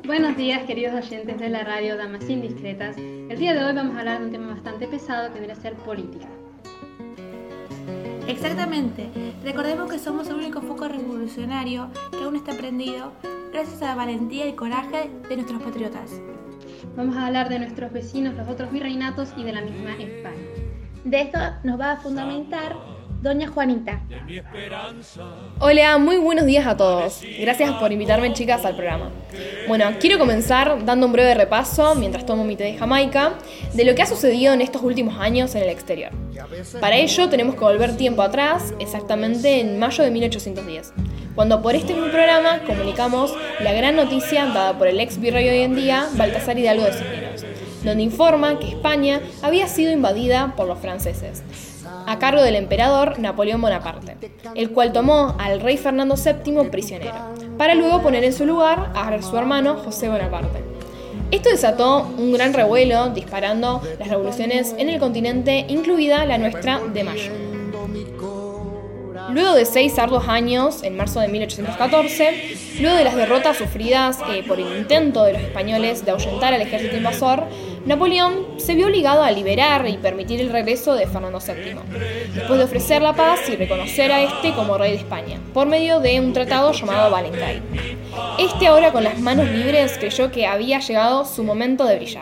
Buenos días, queridos oyentes de la radio Damas Indiscretas. El día de hoy vamos a hablar de un tema bastante pesado que viene a ser política. Exactamente. Recordemos que somos el único foco revolucionario que aún está prendido gracias a la valentía y coraje de nuestros patriotas. Vamos a hablar de nuestros vecinos, los otros virreinatos y de la misma España. De esto nos va a fundamentar Doña Juanita. Hola, muy buenos días a todos. Gracias por invitarme, chicas, al programa. Bueno, quiero comenzar dando un breve repaso, mientras tomo mi té de Jamaica, de lo que ha sucedido en estos últimos años en el exterior. Para ello tenemos que volver tiempo atrás, exactamente en mayo de 1810, cuando por este mismo programa comunicamos la gran noticia dada por el ex virrey hoy en día, Baltasar Hidalgo de Cisneros, donde informa que España había sido invadida por los franceses, a cargo del emperador Napoleón Bonaparte, el cual tomó al rey Fernando VII prisionero, para luego poner en su lugar a su hermano José Bonaparte. Esto desató un gran revuelo, disparando las revoluciones en el continente, incluida la nuestra de Mayo. Luego de 6 arduos años, en marzo de 1814, luego de las derrotas sufridas por el intento de los españoles de ahuyentar al ejército invasor, Napoleón se vio obligado a liberar y permitir el regreso de Fernando VII, después de ofrecer la paz y reconocer a este como rey de España, por medio de un tratado llamado Valentine. Este, ahora con las manos libres, creyó que había llegado su momento de brillar.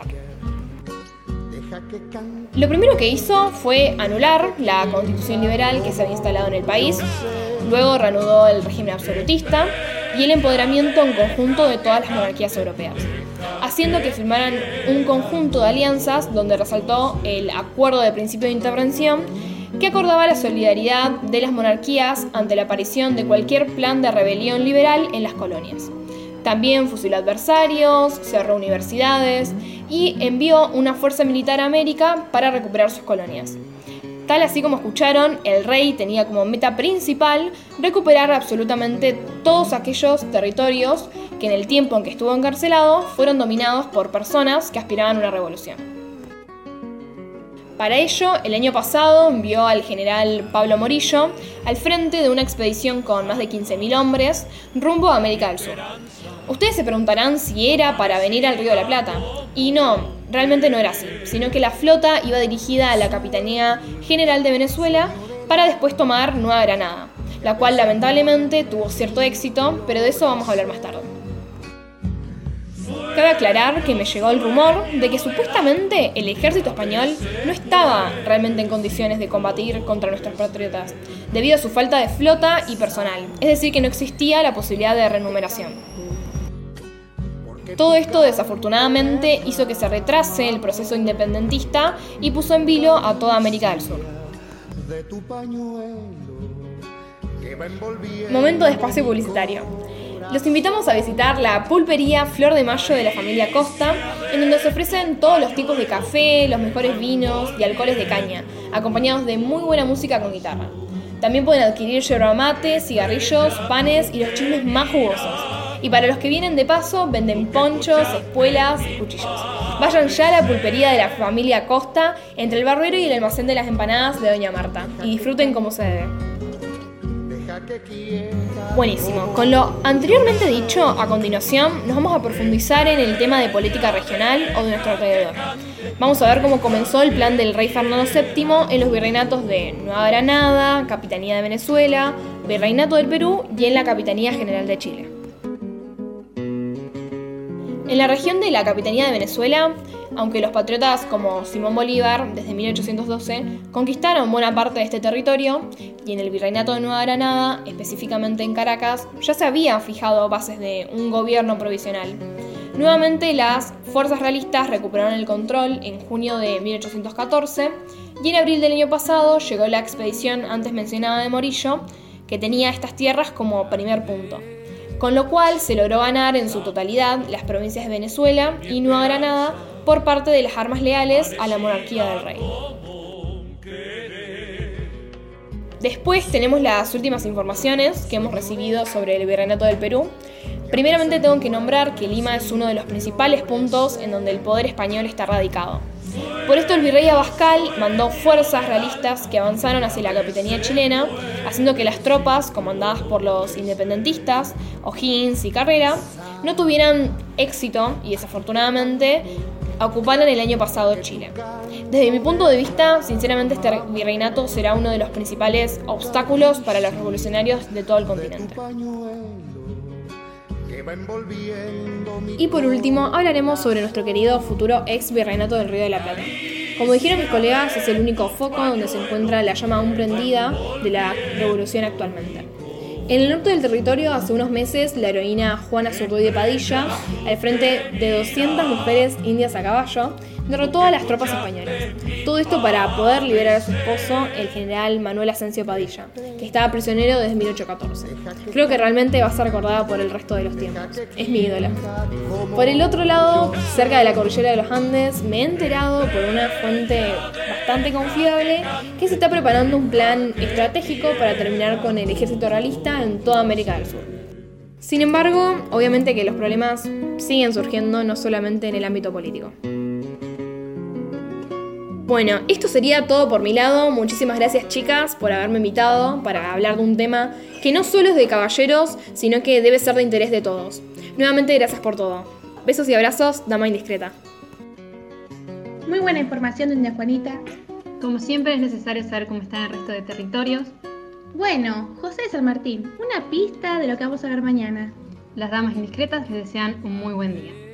Lo primero que hizo fue anular la constitución liberal que se había instalado en el país, luego reanudó el régimen absolutista y el empoderamiento en conjunto de todas las monarquías europeas, haciendo que firmaran un conjunto de alianzas donde resaltó el acuerdo de principio de intervención que acordaba la solidaridad de las monarquías ante la aparición de cualquier plan de rebelión liberal en las colonias. También fusiló adversarios, cerró universidades y envió una fuerza militar a América para recuperar sus colonias. Tal así como escucharon, el rey tenía como meta principal recuperar absolutamente todos aquellos territorios que en el tiempo en que estuvo encarcelado fueron dominados por personas que aspiraban a una revolución. Para ello, el año pasado envió al general Pablo Morillo al frente de una expedición con más de 15.000 hombres rumbo a América del Sur. Ustedes se preguntarán si era para venir al Río de la Plata. Y no, realmente no era así, sino que la flota iba dirigida a la Capitanía General de Venezuela para después tomar Nueva Granada, la cual lamentablemente tuvo cierto éxito, pero de eso vamos a hablar más tarde. Cabe aclarar que me llegó el rumor de que supuestamente el ejército español no estaba realmente en condiciones de combatir contra nuestros patriotas, debido a su falta de flota y personal, es decir, que no existía la posibilidad de renumeración. Todo esto desafortunadamente hizo que se retrase el proceso independentista y puso en vilo a toda América del Sur. Momento de espacio publicitario. Los invitamos a visitar la pulpería Flor de Mayo de la familia Costa, en donde se ofrecen todos los tipos de café, los mejores vinos y alcoholes de caña, acompañados de muy buena música con guitarra. También pueden adquirir yerba mate, cigarrillos, panes y los chismes más jugosos. Y para los que vienen de paso, venden ponchos, espuelas y cuchillos. Vayan ya a la pulpería de la familia Costa, entre el barbero y el almacén de las empanadas de Doña Marta, y disfruten como se debe. Buenísimo. Con lo anteriormente dicho, a continuación nos vamos a profundizar en el tema de política regional o de nuestro alrededor. Vamos a ver cómo comenzó el plan del rey Fernando VII en los virreinatos de Nueva Granada, Capitanía de Venezuela, Virreinato del Perú y en la Capitanía General de Chile. En la región de la Capitanía de Venezuela, aunque los patriotas como Simón Bolívar, desde 1812, conquistaron buena parte de este territorio, y en el Virreinato de Nueva Granada, específicamente en Caracas, ya se habían fijado bases de un gobierno provisional. Nuevamente las fuerzas realistas recuperaron el control en junio de 1814, y en abril del año pasado llegó la expedición antes mencionada de Morillo, que tenía estas tierras como primer punto, con lo cual se logró ganar en su totalidad las provincias de Venezuela y Nueva Granada por parte de las armas leales a la monarquía del rey. Después tenemos las últimas informaciones que hemos recibido sobre el Virreinato del Perú. Primeramente tengo que nombrar que Lima es uno de los principales puntos en donde el poder español está radicado. Por esto el virrey Abascal mandó fuerzas realistas que avanzaron hacia la capitanía chilena, haciendo que las tropas, comandadas por los independentistas, O'Higgins y Carrera, no tuvieran éxito y desafortunadamente ocuparan el año pasado Chile. Desde mi punto de vista, sinceramente este virreinato será uno de los principales obstáculos para los revolucionarios de todo el continente. Y por último, hablaremos sobre nuestro querido futuro ex virreinato del Río de la Plata. Como dijeron mis colegas, es el único foco donde se encuentra la llama aún prendida de la revolución actualmente. En el norte del territorio, hace unos meses, la heroína Juana Zurduy de Padilla, al frente de 200 mujeres indias a caballo, derrotó a las tropas españolas. Todo esto para poder liberar a su esposo, el general Manuel Asensio Padilla, que estaba prisionero desde 1814. Creo que realmente va a ser recordada por el resto de los tiempos. Es mi ídola. Por el otro lado, cerca de la cordillera de los Andes, me he enterado por una fuente bastante confiable que se está preparando un plan estratégico para terminar con el ejército realista en toda América del Sur. Sin embargo, obviamente que los problemas siguen surgiendo no solamente en el ámbito político. Bueno, esto sería todo por mi lado. Muchísimas gracias, chicas, por haberme invitado para hablar de un tema que no solo es de caballeros, sino que debe ser de interés de todos. Nuevamente, gracias por todo. Besos y abrazos, dama indiscreta. Muy buena información, doña Juanita. Como siempre, es necesario saber cómo están el resto de territorios. Bueno, José de San Martín, una pista de lo que vamos a ver mañana. Las damas indiscretas les desean un muy buen día.